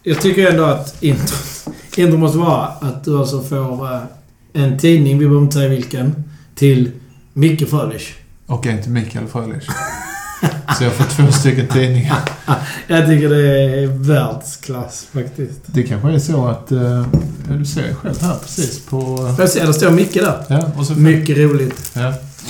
Jag tycker ändå att intro måste vara att du alltså får en tidning, vi behöver inte säga vilken, till Micke Frölich. Och en till Mikael Frölich. Så jag får 2 stycken tidningar. Jag tycker det är världsklass faktiskt. Det kanske är så att du ser själv här precis på... Jag ser, det står Micke där. Ja, och så mycket roligt. Ja.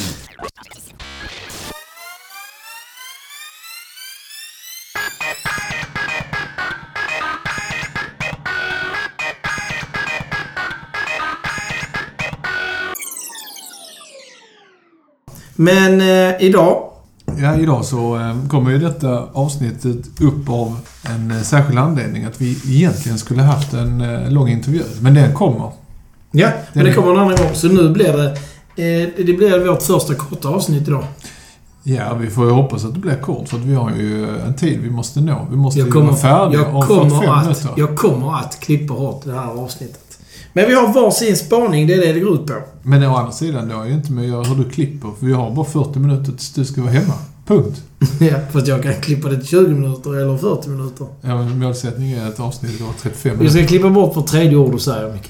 Men idag... Ja, idag så kommer ju detta avsnittet upp av en särskild anledning att vi egentligen skulle haft en lång intervju. Men den kommer. Ja, men det kommer en annan gång. Så nu blir det blir vårt första korta avsnitt idag. Ja, vi får ju hoppas att det blir kort för att vi har ju en tid vi måste nå. Vi måste vara färdiga om 45 minuter. Jag kommer att klippa hårt det här avsnittet. Men vi har varsin spaning, det är det går ut på. Men å andra sidan, det har ju inte med att göra hur du klipper. För vi har bara 40 minuter tills du ska vara hemma. Punkt. Ja, för att jag kan klippa det till 20 minuter eller 40 minuter. Ja, men målsättningen är att avsnittet går 35 minuter. Jag ska klippa bort för tredje ord och säger mycket.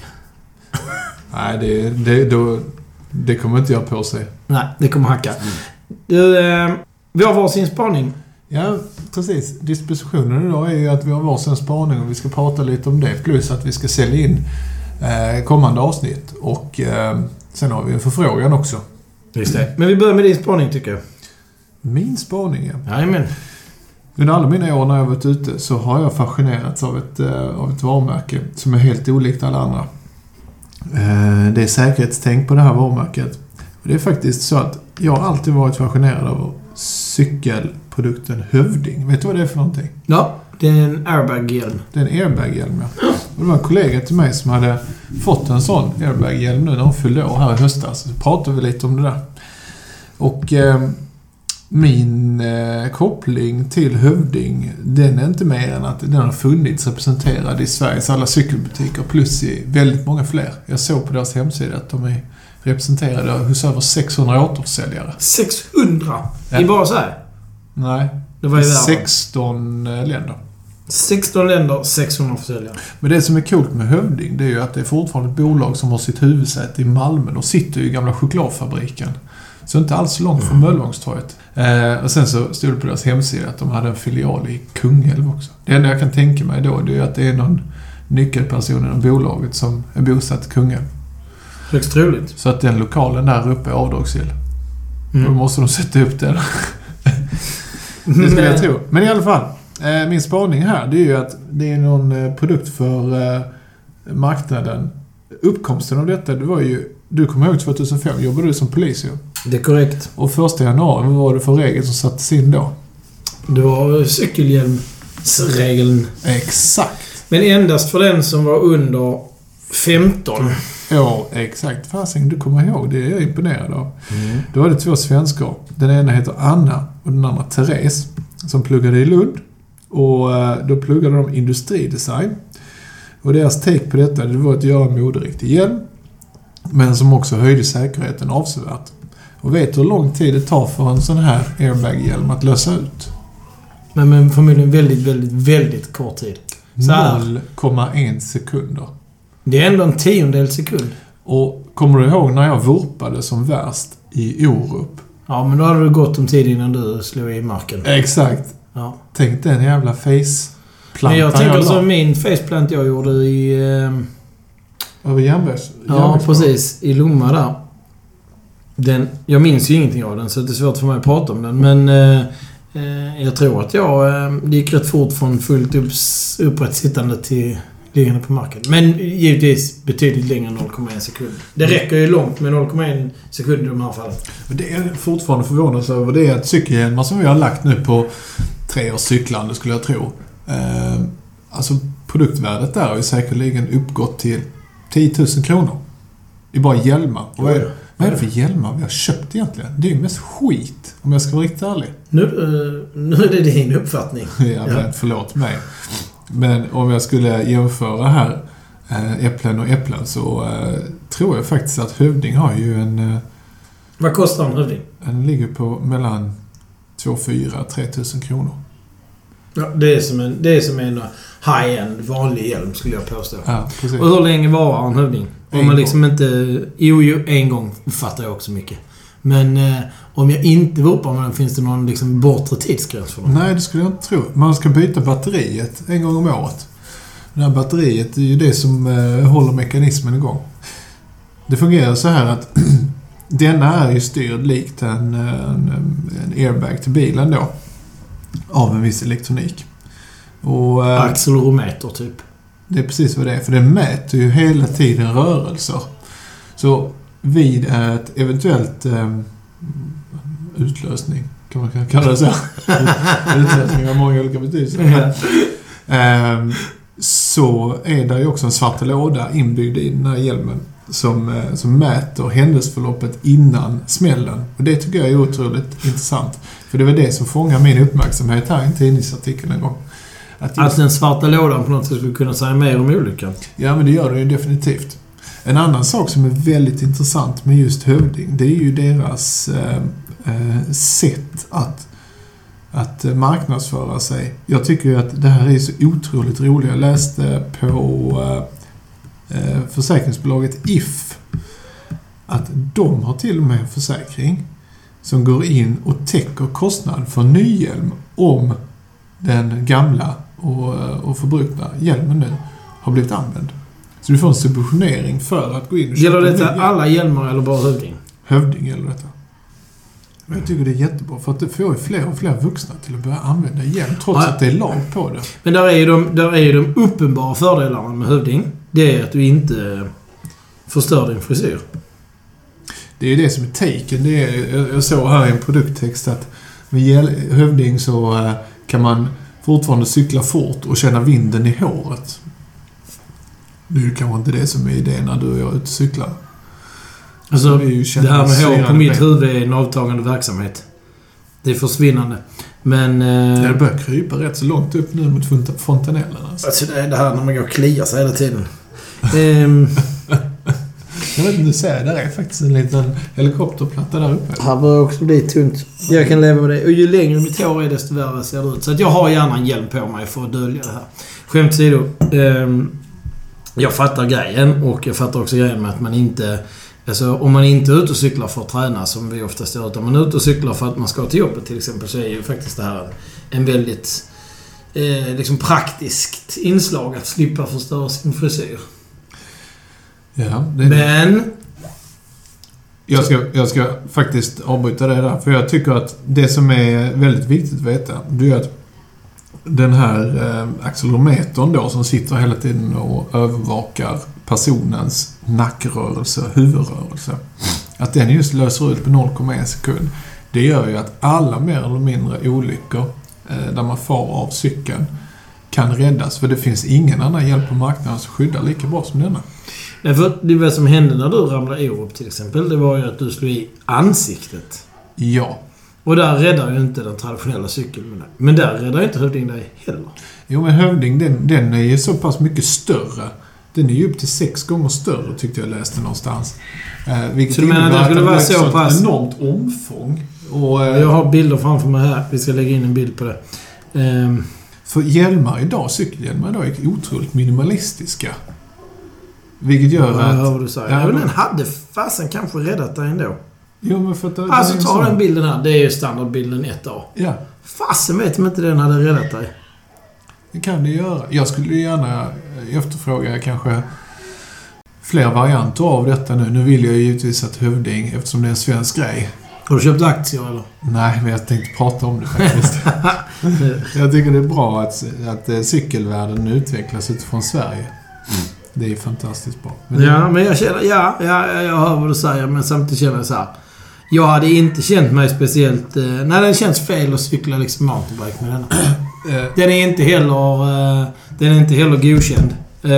Nej, det kommer inte jag på sig. Nej, det kommer hacka. Du, vi har varsin spaning. Ja, precis. Dispositionen idag är ju att vi har varsin spaning och vi ska prata lite om det. Plus att vi ska sälja in kommande avsnitt. Och sen har vi en förfrågan också. Just det. Men vi börjar med din spaning tycker jag. Min spaning, ja. Jajamän. Under alla mina år när jag varit ute så har jag fascinerats av ett varumärke som är helt olikt alla andra. Det är säkerhetstänk på det här varumärket. Och det är faktiskt så att jag har alltid varit fascinerad av cykelprodukten Hövding. Vet du vad det är för någonting? Ja, det är en airbag-hjälm. Det är en airbag-hjälm, ja. Och det var en kollega till mig som hade fått en sån airbag-hjälm nu när hon fyllde år här i höstas. Så pratade vi lite om det där. Och min koppling till Hövding, den är inte mer än att den har funnits representerad i Sveriges alla cykelbutiker plus i väldigt många fler. Jag såg på deras hemsida att de är representerade hos över 600 återförsäljare. 600? Ja. I bara så här? Nej, det var 16 länder. 16 länder, 600 försäljare. Men det som är coolt med Hövding, det är ju att det är fortfarande ett bolag som har sitt huvudsäte i Malmö. De sitter ju i gamla chokladfabriken. Så inte alls långt från Möllevångstorget. Och sen så stod det på deras hemsida att de hade en filial i Kungälv också. Det enda jag kan tänka mig då, det är att det är någon nyckelperson inom bolaget som är bosatt i Kungälv. Högst troligt. Så att den lokalen där uppe är avdragsgill. Då måste de sätta upp den. Det skulle jag tro. Men i alla fall, min spaning här, det är ju att det är någon produkt för marknaden. Uppkomsten av detta, det var ju, du kommer ihåg 2005, jobbade du som polis ju. Det är korrekt. Och 1 januari, vad var det för regel som sattes in då? Det var cykelhjälmsregeln. Exakt. Men endast för den som var under 15. Ja, exakt. Fasen, du kommer ihåg. Det är jag imponerad av. Då var det 2 svenskar. Den ena heter Anna och den andra Therese som pluggade i Lund. Och då pluggade de industridesign. Och deras take på detta, det var att göra en moderiktig hjälm. Men som också höjde säkerheten avsevärt. Och vet du hur lång tid det tar för en sån här airbag-hjälm att lösa ut? Men förmodligen väldigt, väldigt, väldigt kort tid. 0,1 sekunder. Det är ändå en 10:e sekund. Och kommer du ihåg när jag vurpade som värst i Orup? Ja, men då hade du gått om tid innan du slog i marken. Exakt. Ja. Tänk den jävla faceplantan. Men jag tänker som min faceplant jag gjorde i... Över järnvägs. Ja, precis. I Lomma där. Jag minns ju ingenting av den så det är svårt för mig att prata om den. Men jag tror att det gick rätt fort från fullt upprätt sittande till liggande på marken. Men givetvis betydligt längre än 0,1 sekund. Det räcker ju långt med 0,1 sekund i de här fallen. Det är fortfarande förvånande över det att cykelhjälmar som vi har lagt nu på 3 års cyklande skulle jag tro. Alltså produktvärdet där har ju säkerligen uppgått till 10 000 kronor. Det är bara hjälmar. Och vad är det för hjälmar vi har köpt egentligen? Det är ju mest skit, om jag ska vara riktigt ärlig. Nu är det din uppfattning. Ja. Förlåt mig. Men om jag skulle jämföra här äpplen och äpplen så tror jag faktiskt att Hövding har ju en... Vad kostar en Hövding? Den ligger på mellan 2 4 3 000 kronor. Ja, det är som en high-end vanlig hjälm skulle jag påstå. Ja, precis. Och hur länge varar en hövding? Om man liksom inte... Jo, en gång fattar jag också mycket. Men om jag inte vopar med den, finns det någon liksom bortre tidsgräns för dem? Nej, det skulle jag inte tro. Man ska byta batteriet en gång om året. Det här batteriet är ju det som håller mekanismen igång. Det fungerar så här att denna är ju styrd likt en airbag till bilen då. Av en viss elektronik. Och, accelerometer typ. Det är precis vad det är. För den mäter ju hela tiden rörelser. Så vid ett eventuellt utlösning, kan man kalla det så. Utlösning har många olika betydelser. Så är det ju också en svart låda inbyggd i den här hjälmen som mäter händelseförloppet innan smällen. Och det tycker jag är otroligt intressant. För det var det som fångar min uppmärksamhet här i en tidningsartikel en gång. Att den svarta lådan på något sätt skulle kunna säga mer om olyckan. Ja, men det gör det ju definitivt. En annan sak som är väldigt intressant med just Hövding, det är ju deras sätt att marknadsföra sig. Jag tycker ju att det här är så otroligt roligt. Jag läste på försäkringsbolaget If att de har till och med en försäkring som går in och täcker kostnad för en ny hjälm om den gamla och förbrukna hjälmen nu har blivit använd. Så du får en subventionering för att gå in och köpa. Gäller detta alla hjälmar eller bara Hövding? Hövding gäller detta. Men jag tycker det är jättebra för att det får ju fler och fler vuxna till att börja använda hjälm trots att det är lag på det. Men där är ju de uppenbara fördelarna med Hövding. Det är att du inte förstör din frisyr. Det är det som är taken. Det är, jag såg här i en produkttext att med Hövding så kan man fortfarande cykla fort och känna vinden i håret. Nu kan man inte det som är idén när du och jag är ute och cyklar. Alltså, det här med hår på mitt huvud är en avtagande verksamhet. Det är försvinnande. Men... det börjar krypa rätt så långt upp nu mot fontanellen. Alltså det är det här när man går och kliar sig hela tiden. Jag vet inte, du säger, där är faktiskt en liten helikopterplatta där uppe. Här börjar också bli tunt. Jag kan leva med det. Och ju längre mitt hår är, desto värre ser det ut. Så att jag har gärna en hjälm på mig för att dölja det här. Skämt åsido. Jag fattar grejen. Och jag fattar också grejen med att man inte... Alltså, om man inte är ute och cyklar för att träna, som vi oftast gör, utan man är ute och cyklar för att man ska till jobbet till exempel, så är ju faktiskt det här en väldigt liksom praktiskt inslag att slippa förstöra sin frisyr. Ja, men... Jag ska faktiskt avbryta det där, för jag tycker att det som är väldigt viktigt att veta, det är att den här accelerometern då som sitter hela tiden och övervakar personens nackrörelse, huvudrörelse. Att den just löser ut på 0,1 sekund. Det gör ju att alla mer eller mindre olyckor där man far av cykeln kan räddas. För det finns ingen annan hjälp på marknaden som skyddar lika bra som denna. Nej, för det var som hände när du ramlade upp till exempel. Det var ju att du slog i ansiktet. Ja. Och där räddar ju inte den traditionella cykeln med det. Men där räddar inte Hövding dig heller. Jo, men Hövding, den är ju så pass mycket större. Den är ju upp till 6 gånger större, tyckte jag läste någonstans. Så du menar att det skulle vara så pass... enormt omfång. Och, jag har bilder framför mig här. Vi ska lägga in en bild på det. För hjälmar idag, cykelhjälmar idag, är otroligt minimalistiska. Vilket gör att... Ja, vad du säger. Ja, den hade fasen kanske räddat dig ändå. Jo, men för att... Alltså, ta den bilden här. Det är ju standardbilden 1A. Ja. Fasen vet om inte den hade räddat dig. Det kan det göra. Jag skulle gärna efterfråga kanske fler varianter av detta nu. Nu vill jag givetvis att Hövding, eftersom det är en svensk grej. Har du köpt aktier eller? Nej, men jag tänkte prata om det faktiskt. Jag tycker det är bra att cykelvärlden utvecklas utifrån Sverige. Det är fantastiskt bra. Men ja, men jag känner... Ja, jag hör vad du säger, men samtidigt känner jag så här. Jag hade inte känt mig speciellt... Nej, det känns fel att cykla liksom mountainbike med denna. Den är inte heller godkänd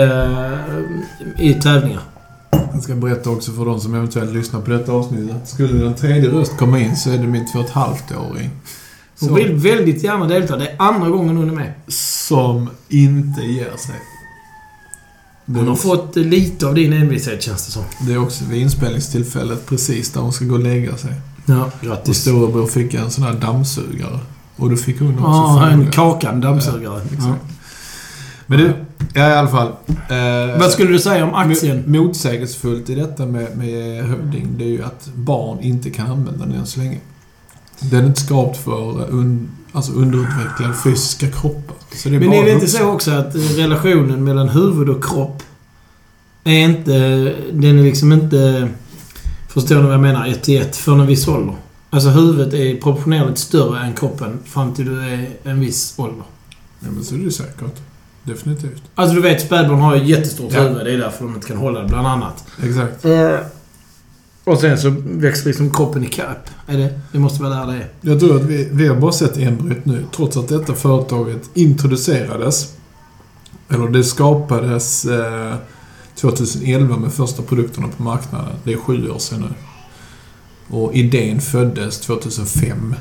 i tävlingar. Jag ska berätta också för de som eventuellt lyssnar på detta avsnitt att skulle den tredje röst komma in så är det min 2,5-åring. Hon vill väldigt gärna delta. Det är andra gången hon är med. Som inte ger sig. Hon har fått lite av din envishet, känns det som. Det är också vid inspelningstillfället precis där hon ska gå och lägga sig. Ja, grattis. Och storebror fick en sån här dammsugare. Och då fick hon också Ja, en kakan dammsugare. Ja. Men du, i alla fall. Vad skulle du säga om aktien? Motsägelsefullt i detta med hövding, det är ju att barn inte kan använda den än så länge. Den är inte skapt för underutvecklade fysiska kroppar. Så det är. Men är det inte så också att relationen mellan huvud och kropp är inte... Den är liksom inte... Förstår ni vad jag menar? 1-1 för en viss ålder. Alltså huvudet är proportionellt större än kroppen fram till du är en viss ålder. Ja, men så är det säkert. Definitivt. Alltså du vet, spädbarn har ju jättestort huvud. Det är därför de inte kan hålla det, bland annat. Exakt. Och sen så växer liksom kroppen i kapp. Det måste vara där det är. Jag tror att vi har bara sett embryot nu. Trots att detta företaget introducerades. Eller det skapades 2011 med första produkterna på marknaden. Det är 7 år sedan nu. Och idén föddes 2005.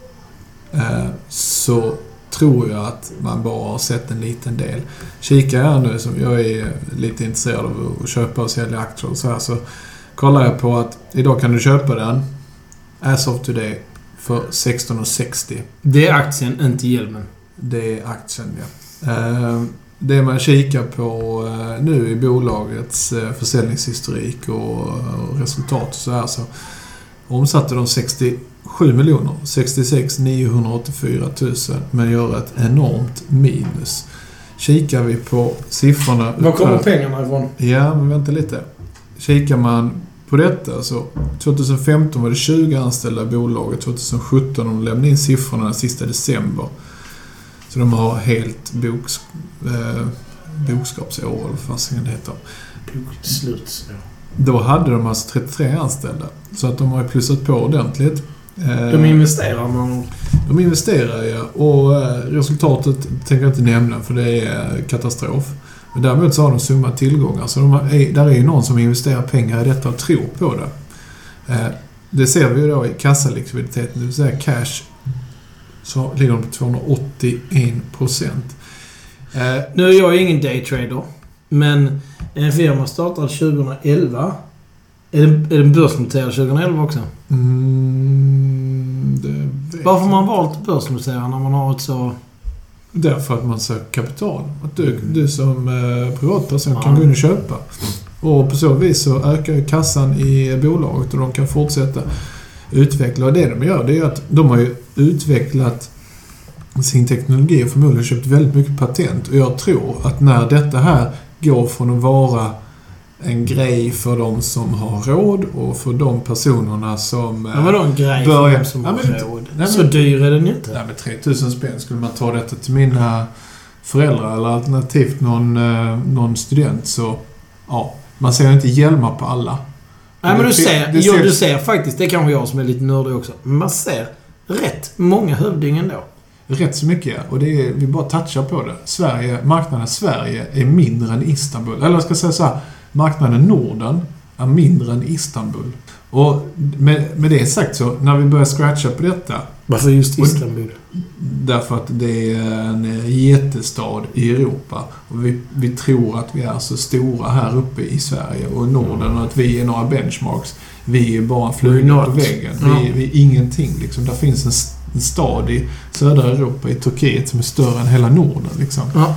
Så tror jag att man bara har sett en liten del. Kikar jag nu, som jag är lite intresserad av att köpa och sälja aktier och så här, så kollar jag på att idag kan du köpa den as of today för 16,60. Det är aktien, inte hjälmen. Det är aktien, ja. Det man kikar på nu i bolagets försäljningshistorik och resultat och så här, så omsatte de 67 miljoner, 66 984 000, men gör ett enormt minus. Kikar vi på siffrorna... Var kommer pengarna ifrån? Ja, men vänta lite. Kikar man på detta, så 2015 var det 20 anställda i bolaget, 2017 de lämnade in siffrorna den sista december. Så de har helt bokskapsår, eller vad fasiken det heter. Boksluts, ja. Då hade de alltså 33 anställda. Så att de har plussat på ordentligt. De investerar man. De investerar, ja. Och resultatet tänker jag inte nämna, för det är katastrof. Men däremot så har de summa tillgångar. Så där är ju någon som investerar pengar i detta och tror på det. Det ser vi ju då i kassalikviditeten, det vill säga cash. Så ligger de på 281%. Nu är jag ingen daytrader, men en firma startade 2011. Är den börsnoterad 2011 också? Varför har man valt börsnotera när man har ett så... Därför att man söker kapital. Att du som privatperson kan gå in och köpa. Och på så vis så ökar kassan i bolaget och de kan fortsätta utveckla. Och det de gör, det är att de har ju utvecklat sin teknologi och förmodligen köpt väldigt mycket patent. Och jag tror att när detta här går från att vara en grej för de som har råd och för de personerna som... Ja, vadå en grej för de som har råd? Så dyr är den inte. Nej, med 3000 spänn skulle man ta detta till mina föräldrar eller alternativt någon student, så ja, man ser inte hjälmar på alla. Nej, men du ser faktiskt, det är kanske jag som är lite nördig också, men man ser rätt många hövding ändå. Rätt så mycket, ja. Och det är, vi bara touchar på det. Marknaden Sverige är mindre än Istanbul. Eller jag ska säga så här, marknaden Norden är mindre än Istanbul. Och med det sagt så, när vi börjar scratcha på detta... Varför just Istanbul? Därför att det är en jättestad i Europa. Och vi tror att vi är så stora här uppe i Sverige och Norden och att vi är några benchmarks. Vi är bara flugor på väggen. Vi är ingenting. Liksom. Där finns en stad i södra Europa, i Turkiet, som är större än hela Norden. Liksom. Ja.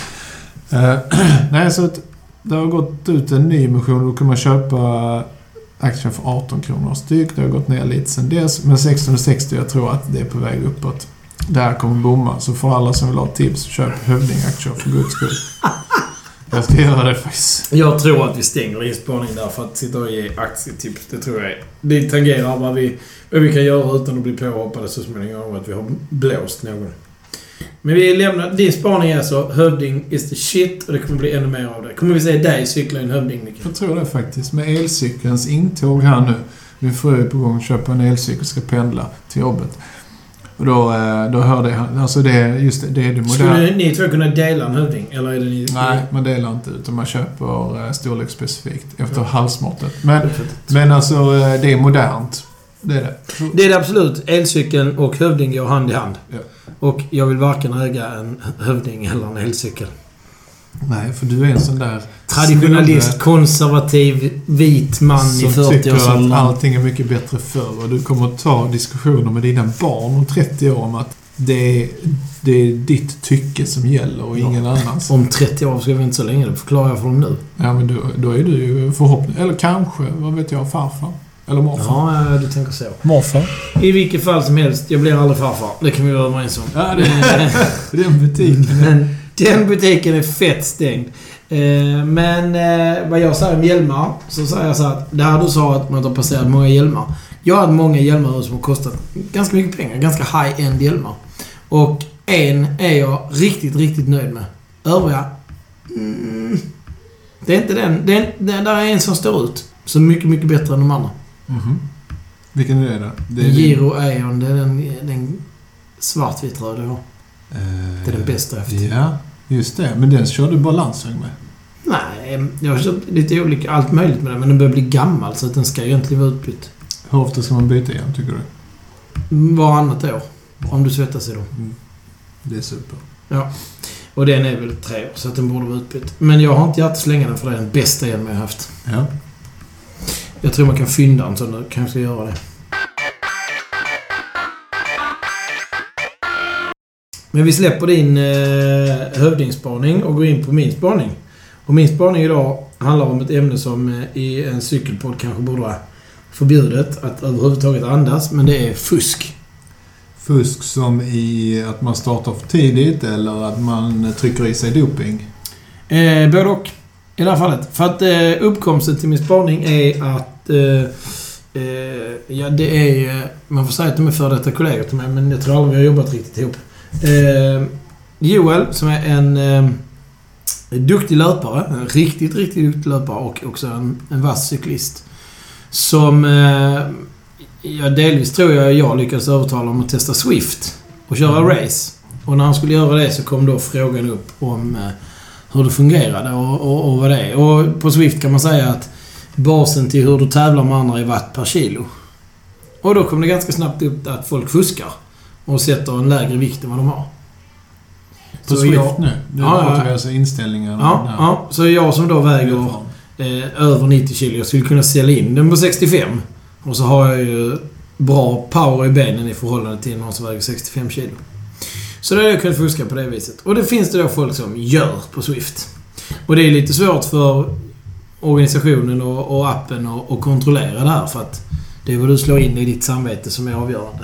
Nej, så att det har gått ut en ny emission. Då kan man köpa aktier för 18 kronor styck. Det har gått ner lite sen dess. Men 16,60, jag tror att det är på väg uppåt. Där kommer bomma. Så för alla som vill ha tips, köp hövdingaktier för guds skull. Jag ska göra det faktiskt. Jag tror att vi stänger inspaning där för att sitta och ge aktietips. Det tror jag är. Det tangerar vad vi kan göra utan att bli påhoppade så småningom att vi har blåst någon. Men vi lämnar... Din spaning är så hövding is the shit och det kommer bli ännu mer av det. Kommer vi se dig cykla en hövding, Mikael? Jag tror det faktiskt. Med elcykelns intåg här nu. Min fru är på gång att köpa en elcykel och ska pendla till jobbet. Och då hörde jag... Alltså det är det moderna... Skulle ni två kunna dela en hövding? Eller är det ni... Nej, man delar inte utan man köper storlek specifikt efter halsmåttet. Men alltså det är modernt. Det är det. Det är det absolut. Elcykeln och hövding går hand i hand. Ja. Och jag vill varken äga en hövding eller en elcykel. Nej, för du är en sån där... Traditionalist, konservativ, vit man i 40-årsåldern. Som tycker att allting är mycket bättre förr. Och du kommer att ta diskussioner med dina barn om 30 år om att det är ditt tycke som gäller och ingen annans. Om 30 år ska vi inte så länge, det förklarar jag för dem nu. Ja, men då är du ju förhoppning. Eller kanske, vad vet jag, farfar. Eller morfar. Ja, du tänker så. Morfar. I vilket fall som helst, jag blir aldrig farfar. Det kan vi vara överens om. Ja, den butiken. Men den butiken är fett stängd. Men vad jag säger om hjälmar, så säger jag så att där du sa att man har passerat många hjälmar. Jag har många hjälmar som har kostat ganska mycket pengar. Ganska high-end hjälmar. Och en är jag riktigt, riktigt nöjd med. Övriga... det är inte den. Där är en som står ut. Så mycket, mycket bättre än de andra. Mm-hmm. Vilken är det? Det är Giro Aeon, det är den svartvit röda jag har. Det är den bästa efter. Ja, just det. Men den kör du bara landsväg med? Nej, jag har köpt lite olika, allt möjligt med den. Men den börjar bli gammal så att den ska egentligen vara utbytt. Hur ofta ska man byta igen, tycker du? Varannat år. Om du svettas i dem. Det är super. Ja. Och den är väl 3 år, så att den borde vara utbytt. Men jag har inte hjärtat slänga den, för det är den bästa hjälmen jag har haft. Ja. Jag tror man kan fynda en sån, kanske göra det. Men vi släpper din hövdingsspaning och går in på min spaning. Och min spaning idag handlar om ett ämne som i en cykelpodd kanske borde vara förbjudet att överhuvudtaget andas, men det är fusk. Fusk som i att man startar för tidigt eller att man trycker i sig doping? Både och. I det här fallet. För att uppkomsten till min spaning är att ja, det är... Man får säga att de är för detta kollegor till mig, men jag tror aldrig vi har jobbat riktigt ihop. Joel, som är en duktig löpare. En riktigt, riktigt duktig löpare och också en vass cyklist. Som... ja, delvis tror jag lyckades övertala om att testa Swift och köra race. Och när han skulle göra det så kom då frågan upp om hur det fungerade och vad det är. Och på Swift kan man säga att basen till hur du tävlar med andra är watt per kilo. Och då kom det ganska snabbt upp att folk fuskar och sätter en lägre vikt än vad de har. På så Swift nu? Nu pratar vi alltså inställningar. Ja, så jag som då väger över 90 kilo, jag skulle kunna sälja in den på 65. Och så har jag ju bra power i benen i förhållande till någon som väger 65 kilo. Så då har jag kunnat fuska på det viset. Och det finns det då folk som gör på Swift. Och det är lite svårt för organisationen och appen att kontrollera det här. För att det är vad du slår in i ditt samvete som är avgörande.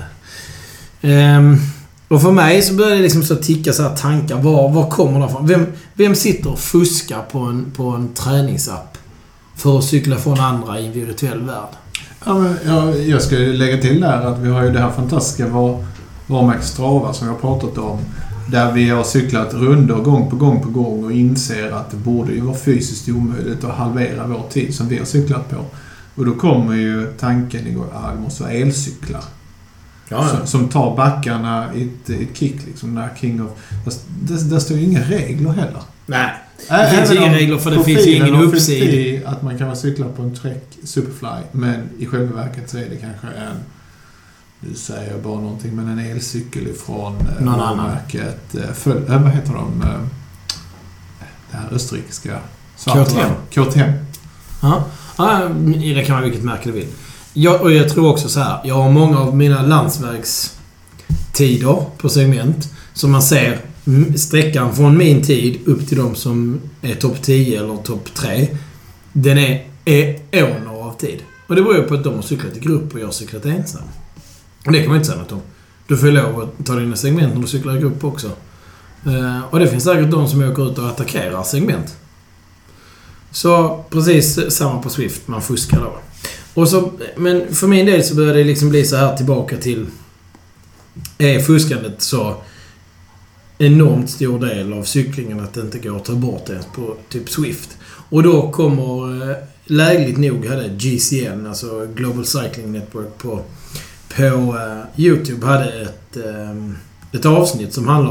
Och för mig så börjar det liksom så ticka så här tankar. Var kommer det från? Vem sitter och fuskar på en träningsapp för att cykla från andra i en virtuell värld? Ja, men jag ska lägga till där att vi har ju det här fantastiska varumärket Strava som vi har pratat om. Där vi har cyklat runder gång på gång och inser att det borde ju vara fysiskt omöjligt att halvera vår tid som vi har cyklat på. Och då kommer ju tanken igår att det måste vara elcyklar. Ja. Som tar backarna i ett kick liksom. Där King of... Där står ju inga regler heller. Nej. Det finns inga regler för det finns ingen uppsida. Att man kan vara cykla på en Trek Superfly. Men i själva verket så är det kanske nu säger jag bara någonting, men en elcykel ifrån varumärket. Vad heter de? Det här österrikiska. KTM. Ja, det kan vara vilket märke du vill. Jag tror också så här. Jag har många av mina landsvägstider på segment. Som man ser sträckan från min tid upp till de som är topp 10 eller topp 3. Den är eoner av tid. Och det beror ju på att de har cyklat i grupp och jag har cyklat ensam. Och det kan man inte säga något om. Du får lov att ta dina segment när du cyklar i grupp också. Och det finns säkert de som åker ut och attackerar segment. Så precis samma på Swift. Man fuskar då. Och så, men för min del så börjar det liksom bli så här tillbaka till... Är fuskandet så enormt stor del av cyklingen att det inte går att ta bort ens på typ Swift. Och då kommer lägligt nog hade GCN, alltså Global Cycling Network på YouTube hade ett avsnitt som handlar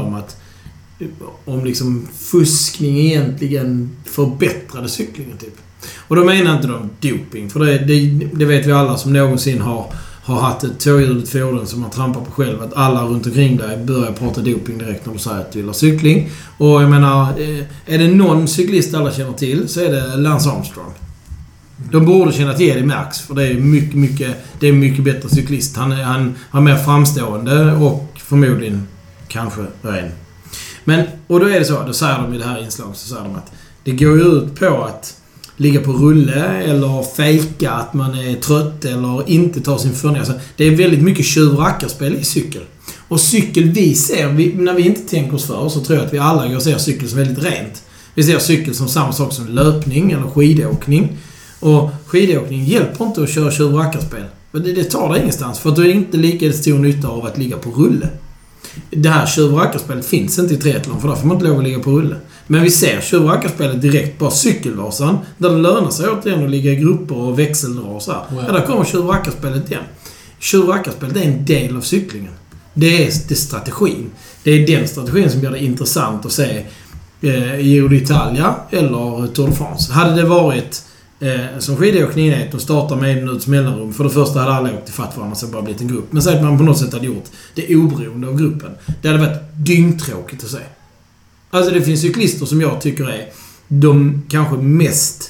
om liksom fuskning egentligen förbättrade cyklingen typ. Och då menar inte de doping, för det vet vi alla som någonsin har haft ett tvåhjuligt fordon som man trampar på själv, att alla runt omkring dig börjar prata doping direkt när du säger att du vill ha cykling. Och jag menar, är det någon cyklist alla känner till så är det Lance Armstrong. De borde känna till Eddie Merckx, för det är mycket bättre cyklist. Han är mer framstående och förmodligen kanske ren. Men, och då är det så, då säger de i det här inslaget, så säger de att det går ju ut på att ligga på rulle eller fejka att man är trött eller inte tar sin förning. Alltså, det är väldigt mycket tjuvrackarspel i cykel. Och cykel när vi inte tänker oss för, så tror jag att vi alla går och ser cykel som väldigt rent. Vi ser cykel som samma sak som löpning eller skidåkning. Och skidåkning hjälper inte att köra tjuvrackarspel. Det tar det ingenstans, för då är det inte lika stor nytta av att ligga på rulle. Det här tjuvrackarspelet finns inte i triathlon, för där får man inte lov att ligga på rulle. Men vi ser tjuvrackarspelet direkt på Cykelvasan, där det lönar sig återigen att ligga i grupper och växeldra och så här. Ja, där kommer tjuvrackarspelet igen. Tjuvrackarspelet är en del av cyklingen. Det är strategin. Det är den strategin som gör det intressant att se Giro d'Italia eller Tour de France. Hade det varit som skidåkningen är, de startar med 1 minuts mellanrum. För det första hade alla åkt i fatt varandra, så bara blivit en grupp. Men så att man på något sätt hade gjort det oberoende av gruppen. Det hade varit dyngtråkigt att se. Alltså det finns cyklister som jag tycker är de kanske mest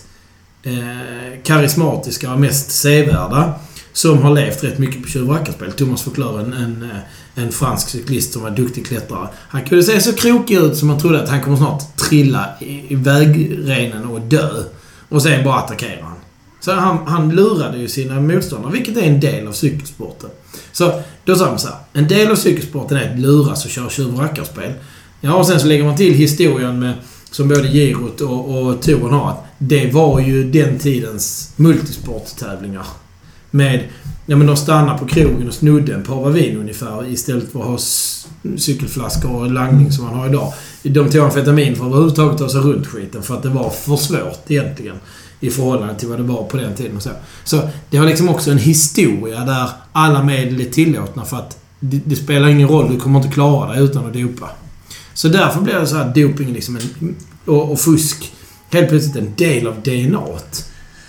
karismatiska och mest sevärda, som har levt rätt mycket på tjuvrackarspel. Thomas Voeckler, en fransk cyklist som var duktig klättrare. Han kunde se så krokig ut som man trodde att han kommer snart trilla i vägrenen och dö. Och sen bara attackerar han. Så han lurade ju sina motståndare, vilket är en del av cykelsporten. Så då sa man så här: en del av cykelsporten är att luras och köra tjuvrackarspel. Ja, och sen så lägger man till historien med, som både Girot och Touren har, att det var ju den tidens multisporttävlingar. Med, ja men de stannar på krogen och snodde en par vin ungefär, istället för att ha cykelflaskor och langning som man har idag. De tog amfetamin för att överhuvudtaget ta sig runt skiten, för att det var för svårt egentligen i förhållande till vad det var på den tiden och så. Så det har liksom också en historia där alla medel är tillåtna, för att det spelar ingen roll, du kommer inte klara det utan att dopa. Så därför blir det så här doping liksom och fusk helt plötsligt en del av DNA:t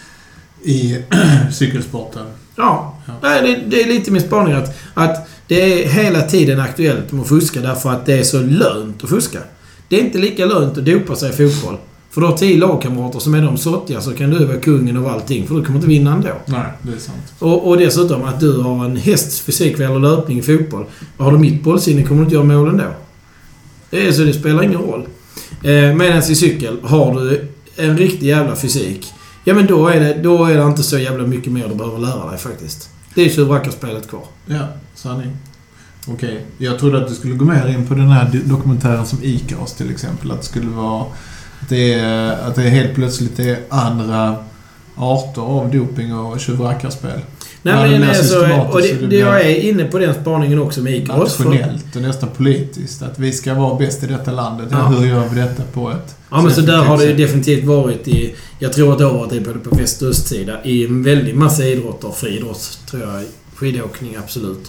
i cykelsporten. Ja. Nej, det är lite min spaning att det är hela tiden aktuellt med att fuska, därför att det är så lönt att fuska. Det är inte lika lönt att dopa sig i fotboll. För då har 10 lagkamrater som är de sottiga, så kan du vara kungen av allting, för du kommer inte vinna ändå. Nej, det är sant. Och dessutom att du har en hästs fysik eller löpning i fotboll. Har du mitt bollsinne kommer du inte göra mål ändå. Så det spelar ingen roll. Medan i cykel har du en riktig jävla fysik. Ja, men då är det inte så jävla mycket mer du behöver lära dig faktiskt. Det är tjuvrackarspelet kvar. Ja, sanning. Okej. Jag trodde att du skulle gå mer in på den här dokumentären som Ikaros till exempel. Att det skulle vara att det helt plötsligt är andra arter av doping och tjuvrackarspel. Nej, men och det jag är inne på den spaningen också med Ikaros. Nationellt och nästan politiskt. Att vi ska vara bäst i detta landet. Ja. Hur gör vi detta på ett... Ja, men så där har det ju definitivt varit i... Jag tror att det har varit både på väst- och östsida. I en väldigt massa idrotter. Friidrott, tror jag. Skidåkning, absolut.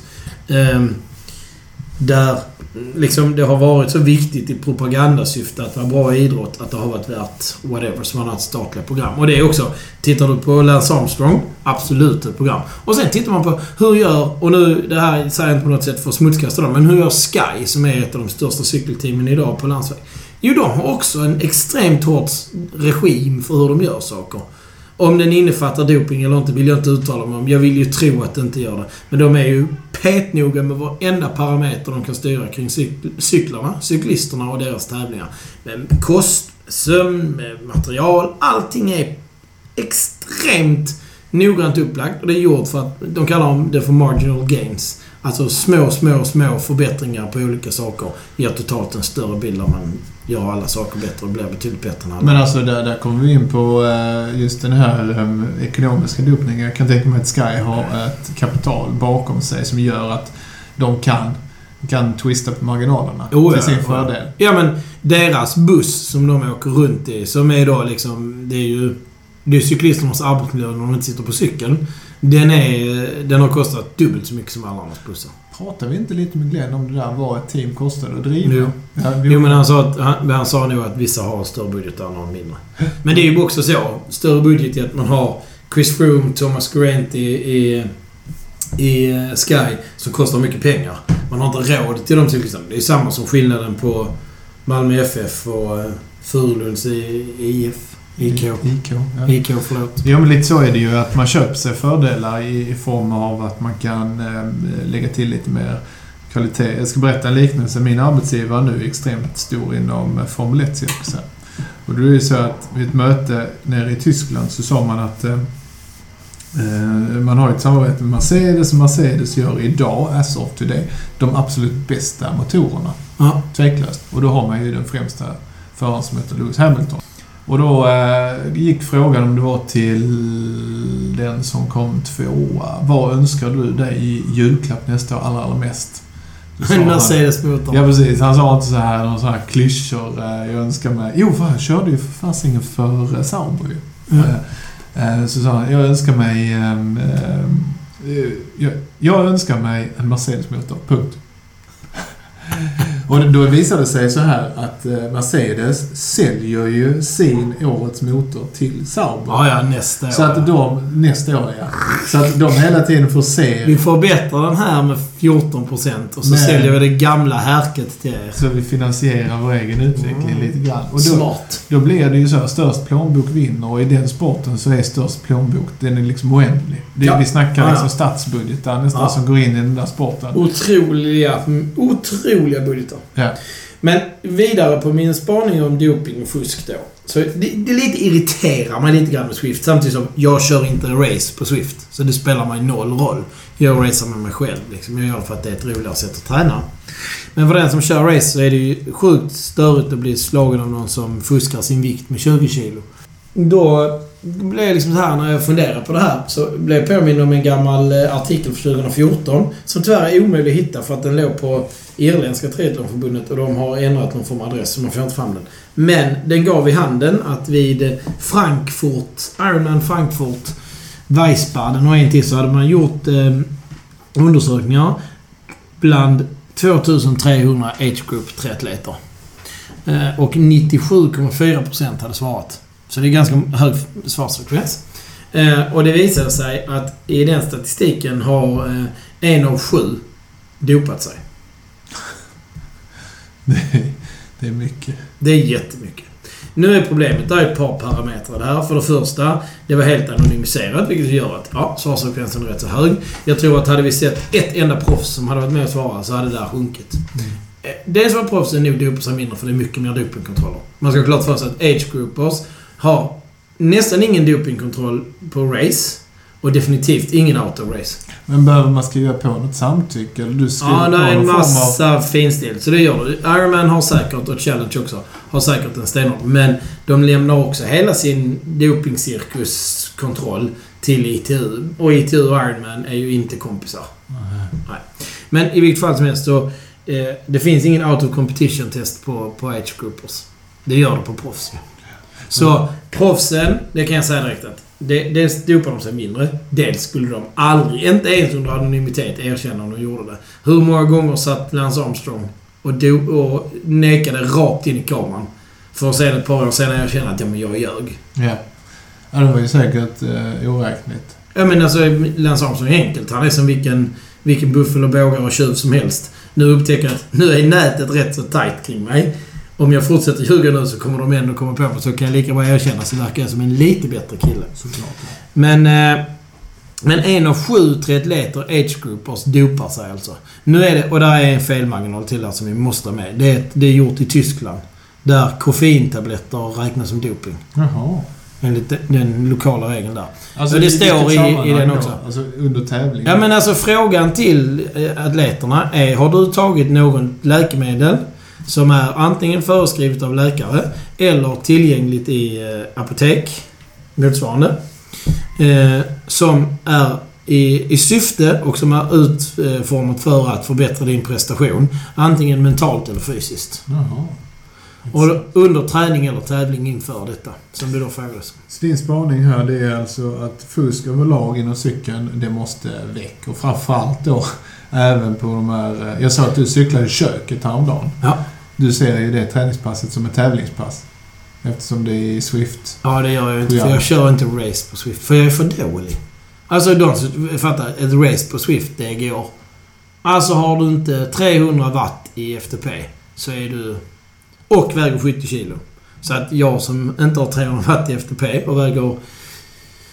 Där liksom det har varit så viktigt i propagandasyfte att vara bra i idrott, att det har varit värt whatever som man har ett statliga program. Och det är också, tittar du på Lance Armstrong, absolut ett program. Och sen tittar man på hur gör, och nu det här säger jag inte på något sätt för att smutskasta dem, men hur gör Sky, som är ett av de största cykelteamen idag på landsväg? Jo, de har också en extremt hård regim för hur de gör saker. Om den innefattar doping eller inte vill jag inte uttala mig om. Jag vill ju tro att det inte gör det. Men de är ju petnoga med varenda parameter de kan styra kring cyklisterna och deras tävlingar. Med kost, sömn, med material. Allting är extremt noggrant upplagt. Och det är gjort för att de kallar det för marginal gains. Alltså små förbättringar på olika saker ger totalt en större bild där man gör alla saker bättre och blir betydligt bättre än alla. Men alltså där kommer vi in på just den här ekonomiska dopningen. Jag kan tänka mig att Sky har ett kapital bakom sig som gör att de kan twista på marginalerna till sin fördel. Ja, men deras buss som de åker runt i, som är då liksom, det är cyklisternas arbetsmiljö när de inte sitter på cykeln. Den har kostat dubbelt så mycket som alla andras bussar. Pratar vi inte lite med Glenn om det där vad ett team kostade att driva? Jo, men han sa nog att vissa har större budget än någon mindre. Men det är ju också så. Större budget är att man har Chris Froome, Thomas Geraint i Sky som kostar mycket pengar. Man har inte råd till de cyklisterna. Det är samma som skillnaden på Malmö FF och Furulunds IF. IK, förlåt. Ja, men lite så är det ju att man köper sig fördelar i form av att man kan lägga till lite mer kvalitet. Jag ska berätta en liknelse. Min arbetsgivare nu är extremt stor inom Formel 1-cirkusen. Och det är ju så att vid ett möte nere i Tyskland så sa man att man har ett samarbete med Mercedes, och Mercedes gör idag, as of today, de absolut bästa motorerna. Ja. Tveklöst. Och då har man ju den främsta föraren som heter Lewis Hamilton. Och då gick frågan om det var till den som kom 2:a. Vad önskar du dig i julklapp nästa år allra mest? Mercedes-motorn. Ja, precis. Han sa inte så här någon sån här klyschor. Jag önskar mig... Jo, för jag körde ju fasingen för Sauber ju. Så sa han, jag önskar mig... jag önskar mig en Mercedes-motor. Punkt. Och då visade det sig så här att Mercedes säljer ju sin årets motor till Sauber. Ja, nästa år. Så att nästa år, ja. Så att de hela tiden får se... Vi förbättrar den här med 14% och så säljer vi det gamla härket till er. Så vi finansierar vår egen utveckling lite grann. Och då, smart. Då blir det ju så här, störst plånbok vinner, och i den sporten så är störst plånbok, den är liksom oändlig. Vi snackar liksom statsbudgetar nästan som går in i den där sporten. Otroliga budgetar. Ja. Men vidare på min spaning om doping och fusk då. Så det lite irriterar mig lite grann med Swift. Samtidigt som jag kör inte race på Swift. Så det spelar mig noll roll. Jag racear med mig själv. Liksom. Jag gör det för att det är ett roligare sätt att träna. Men för den som kör race så är det ju sjukt störigt att bli slagen av någon som fuskar sin vikt med 20 kilo. Då blev jag liksom så här, när jag funderar på det här, så blev jag påminn om en gammal artikel från 2014 som tyvärr är omöjlig att hitta för att den låg på Irländska triathlonförbundet och de har ändrat någon form av adress så man får inte fram den. Men den gav i handen att vid Ironman Frankfurt, Wiesbaden och en till så hade man gjort undersökningar bland 2300 age group triatleter. Och 97,4% hade svarat. Så det är ganska hög svarsfrekvens. Och det visade sig att i den statistiken har 1 av 7 dopat sig. Det är mycket. Det är jättemycket. Nu är problemet, det är ett par parametrar där. För det första, det var helt anonymiserat, vilket gör att svarsfrekvensen är rätt så hög. Jag tror att hade vi sett ett enda proffs som hade varit med att svara så hade det där sjunkit. Dels var proffsen nog dopar sig mindre för det är mycket mer dopingkontroller. Man ska ha klart för sig att age groupers har nästan ingen dopingkontroll på race och definitivt ingen auto-race. Men behöver man skriva på något samtycke? Eller du ja, det är en massa finstil. Så det gör du. Ironman har säkert, och Challenge också, har säkert en stenhård. Men de lämnar också hela sin dopingcirkuskontroll till ITU. Och ITU och Ironman är ju inte kompisar. Nej. Men i vilket fall som helst så det finns ingen auto-competition-test på age groupers. Det gör det på proffs. Så proffsen, det kan jag säga direkt att dels dopar de sig mindre. Dels skulle de aldrig, inte ens under anonymitet, erkänna om de gjorde det. Hur många gånger satt Lance Armstrong och nekade rakt in i kameran för att sedan ett par år senare erkänna att jag ljög. Ja, det var ju säkert oräknligt. Ja, men alltså Lance Armstrong är enkelt. Han är som vilken buffel och bågar och tjuv som helst. Nu upptäcker jag att nu är nätet rätt så tajt kring mig. Om jag fortsätter ljuga nu så kommer de ändå komma på mig, så kan jag lika bra erkänna så verkar jag som en lite bättre kille. Såklart. Men 1 av 7 triatleter age groupers dopar sig alltså. Nu är det, och där är en felmarginal till där som vi måste ha med. Det är gjort i Tyskland. Där koffeintabletter räknas som doping. Jaha. Enligt den lokala regeln där. Alltså, och det står i den också. Alltså under tävling. Ja, men alltså frågan till atleterna är: har du tagit någon läkemedel som är antingen föreskrivet av läkare eller tillgängligt i apotek, motsvarande, som är i syfte och som är utformat för att förbättra din prestation, antingen mentalt eller fysiskt. Jaha. Och under träning eller tävling inför detta, som du då frågades. Så din spaning här, det är alltså att fusk överlag inom cykeln, det måste väck. Och framförallt då även på de här... Jag sa att du cyklade i köket häromdagen. Ja. Du ser ju det träningspasset som ett tävlingspass. Eftersom det är Swift. Ja, det gör jag inte. För jag kör inte race på Swift. För jag är för dålig. Alltså, de fattar, ett race på Swift, det går. Alltså, har du inte 300 watt i FTP så är du... Och väger 70 kilo. Så att jag som inte har 300 watt i FTP och väger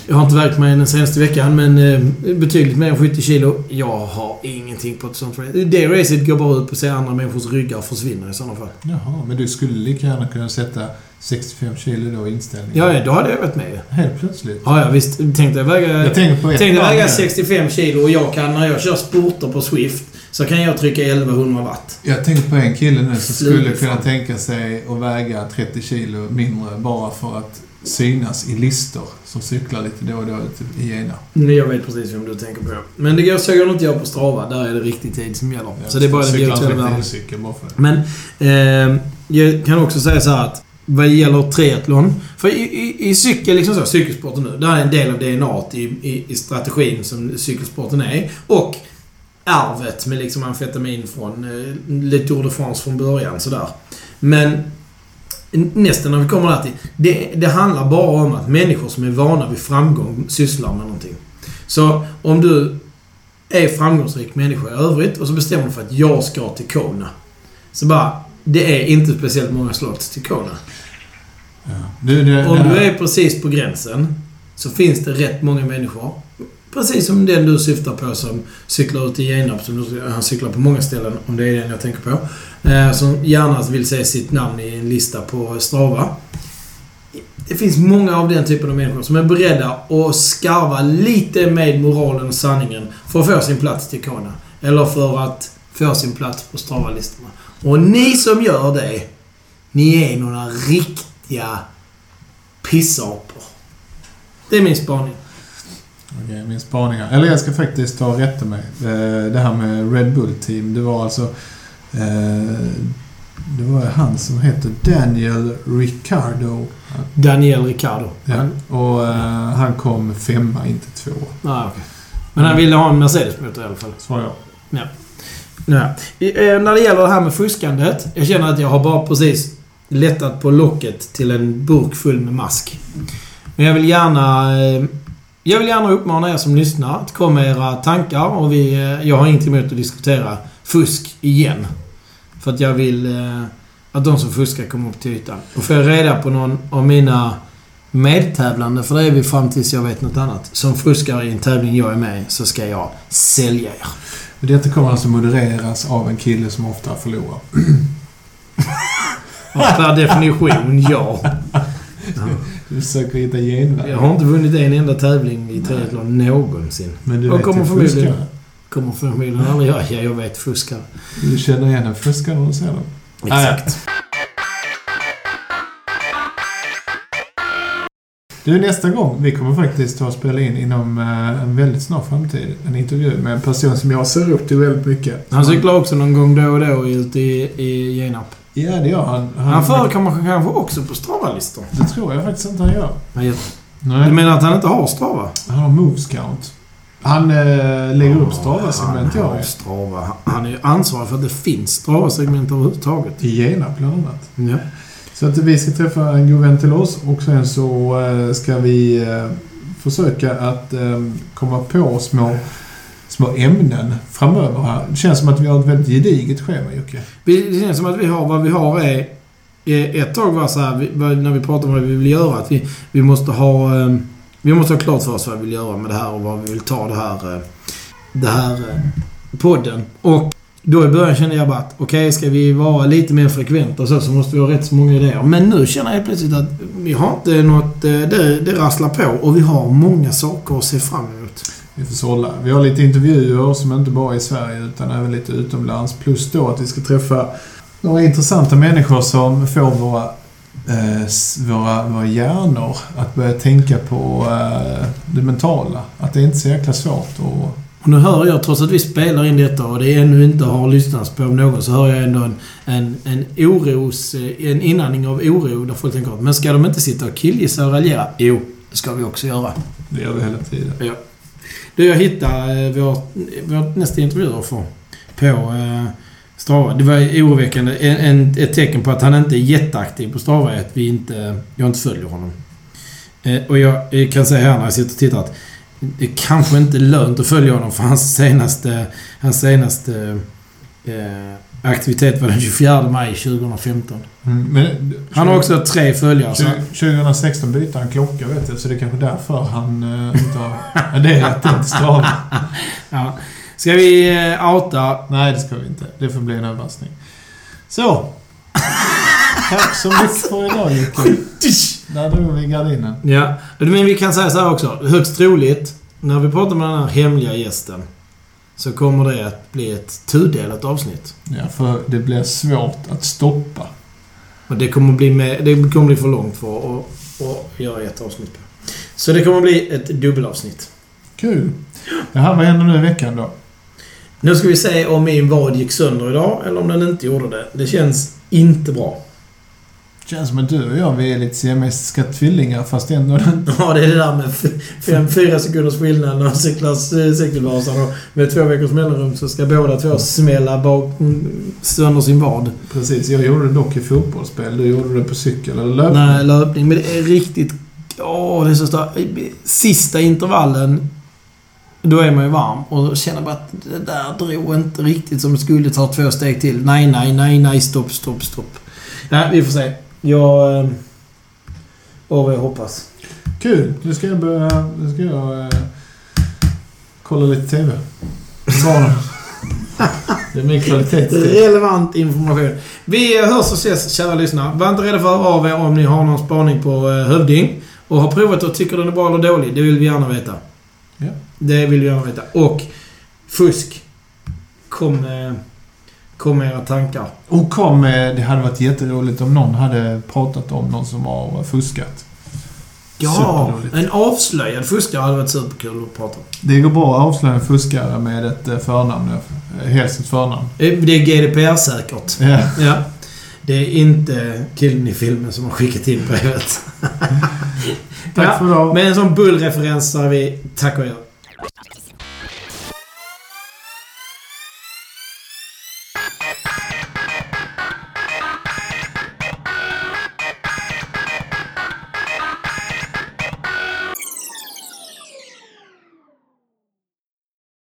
Jag har inte vägt mig den senaste veckan, men betydligt mer än 70 kilo. Jag har ingenting på ett sånt race. Det racet går bara ut på att se andra människors ryggar försvinna i sådana fall. Jaha, men du skulle lika gärna kunna sätta 65 kilo då i inställning. Ja, då hade jag varit med. Helt plötsligt. Ja, visst. Tänkte jag väga 65 kilo och jag kan, när jag kör spurter på Swift, så kan jag trycka 1100 watt. Jag tänkte på en kille nu som skulle kunna tänka sig att väga 30 kilo mindre bara för att synas i listor som cyklar lite då och då i Jena. Jag vet precis vem du tänker på. Men det går så jag inte på Strava. Där är det riktig tid som gäller. Ja, så det är bara Men jag kan också säga så här att vad gäller triathlon, för i cykel, liksom så, cykelsporten nu, det är en del av DNA i strategin som cykelsporten är. Och arvet med liksom amfetamin från Le Tour de France från början. Sådär. Men nästan när vi kommer där till, det handlar bara om att människor som är vana vid framgång sysslar med någonting. Så om du är framgångsrik människa i övrigt och så bestämmer du för att jag ska till Kona. Så bara, det är inte speciellt många slots till Kona. Ja. Om du är precis på gränsen så finns det rätt många människor. Precis som den du syftar på som cyklar ut i Genarp, han cyklar på många ställen, om det är den jag tänker på. Som gärna vill se sitt namn i en lista på Strava. Det finns många av den typen av människor som är beredda att skarva lite med moralen och sanningen för att få sin plats till Kona. Eller för att få sin plats på Strava-listorna. Och ni som gör det, ni är några riktiga pissapor. Det är min spaning. Okej, min spaningar. Eller jag ska faktiskt ta rätta mig. Det här med Red Bull Team, det var alltså det var han som heter Daniel Ricciardo. Ja. Och han kom 5, inte 2. Ah, okay. Men han ville ha en Mercedes-motor i alla fall. Svar jag. Ja. När det gäller det här med fuskandet, jag känner att jag har bara precis lättat på locket till en burk full med mask. Men jag vill gärna uppmana er som lyssnar att komma med era tankar, och jag har inget emot att diskutera fusk igen. För att jag vill att de som fuskar kommer upp till ytan. Och får jag reda på någon av mina medtävlande, för det är vi fram tills jag vet något annat, som fuskar i en tävling jag är med, så ska jag sälja er. Detta kommer alltså modereras av en kille som ofta förlorar. Ja, per definition, ja. Du försöker hitta genväg. Jag har inte vunnit en enda tävling i triathlon någonsin. Men du och vet kommer förmodligen aldrig göra. Ja, jag vet fuskar. Du känner igen en fuskare när du ser dem. Exakt. Du, nästa gång, vi kommer faktiskt ta och spela in inom en väldigt snar framtid en intervju med en person som jag ser upp till väldigt mycket. Han cyklar också någon gång då och då ute i Genarp. Ja, det gör han. Han förekommer kanske också på Strava-listor. Det tror jag faktiskt inte han gör. Nej. Du menar att han inte har Strava? Han har Moves Count. Han lägger upp Strava-segment. Han har Strava. Han är ju ansvarig för att det finns Strava-segment överhuvudtaget. I Genarp bland annat. Ja. Så att vi ska träffa en god vän till oss, och sen så ska vi försöka att komma på små ämnen framöver här. Det känns som att vi har ett väldigt gediget schema, Jocke. Det känns som att vad vi har är ett tag var så här, när vi pratar om vad vi vill göra, att vi måste ha klart för oss vad vi vill göra med det här och vad vi vill ta det här podden. Och då i början kände jag bara att okej, ska vi vara lite mer frekventa och så måste vi ha rätt så många idéer. Men nu känner jag plötsligt att vi har inte något, det rasslar på, och vi har många saker att se fram emot. Vi får sålla. Vi har lite intervjuer som inte bara är i Sverige utan även lite utomlands. Plus då att vi ska träffa några intressanta människor som får våra hjärnor att börja tänka på det mentala. Att det är inte så jäkla svårt. Och nu hör jag, trots att vi spelar in detta och det ännu inte har lyssnats på någon, så hör jag ändå en inandning av oro där folk tänker, men ska de inte sitta och killgissa och raljera? Jo, det ska vi också göra. Det gör vi hela tiden. Ja. Då jag hittade vårt nästa intervjuoffer på Strava. Det var oroväckande. Ett tecken på att han inte är jätteaktiv på Strava är att jag inte följer honom. Och jag kan säga här när jag sitter och tittar att det kanske inte är lönt att följa honom, för hans senaste aktivitet var den 24 maj 2015. Men, Han har också 3 följare. 2016 bytte han klocka, vet jag, så det är kanske därför han inte har... det är rätt inte Strava. Ja. Ska vi outa? Nej, det ska vi inte. Det får bli en överraskning. Så. Tack så mycket för idag, Jocke. Där drog vi gardinen. Ja, men vi kan säga så här också. Högst troligt, när vi pratar med den här hemliga gästen, så kommer det att bli ett tudelat avsnitt. Ja, för det blir svårt att stoppa. Och det kommer bli för långt för att göra ett avsnitt på. Så det kommer bli ett dubbelavsnitt. Kul. Jaha, vad händer nu i veckan då? Nu ska vi se om min vad gick sönder idag eller om den inte gjorde det. Det känns inte bra. Känns som att du och jag, vi är lite siamesiska tvillingar, fast ändå... Ja, det är det där med 4 sekunders skillnad när de cyklar cykelbasan, och med 2 veckors mellanrum så ska båda 2 smälla sönder sin vad. Precis, jag gjorde det dock i fotbollsspel. Du gjorde det på cykel eller löpning? Nej, löpning. Men det är riktigt... det är så starkt. Sista intervallen, då är man ju varm och känner bara att det där drog inte riktigt som det skulle, ta 2 steg till. Nej, stopp. Nej, vi får se. Jag hoppas. Kul. Nu ska jag kolla lite TV. Det är min kvalitet. Relevant information. Vi hörs och ses, kära lyssnare. Var inte rädda för att höra av er om ni har någon spaning på Hövding och har provat och tycker den är bra eller dålig. Det vill vi gärna veta. Ja. Det vill vi gärna veta. Och fusk. Kom med era tankar. Och det hade varit jätteroligt om någon hade pratat om någon som har fuskat. Ja, en avslöjad fuskare hade varit superkul att prata om. Det går bra att avslöja en fuskare med ett förnamn. Helst ett förnamn. Det är GDPR-säkert. Ja. Det är inte killen i filmen som har skickat in brevet. Tack för idag. Med en sån bullreferens så har vi tack och gör.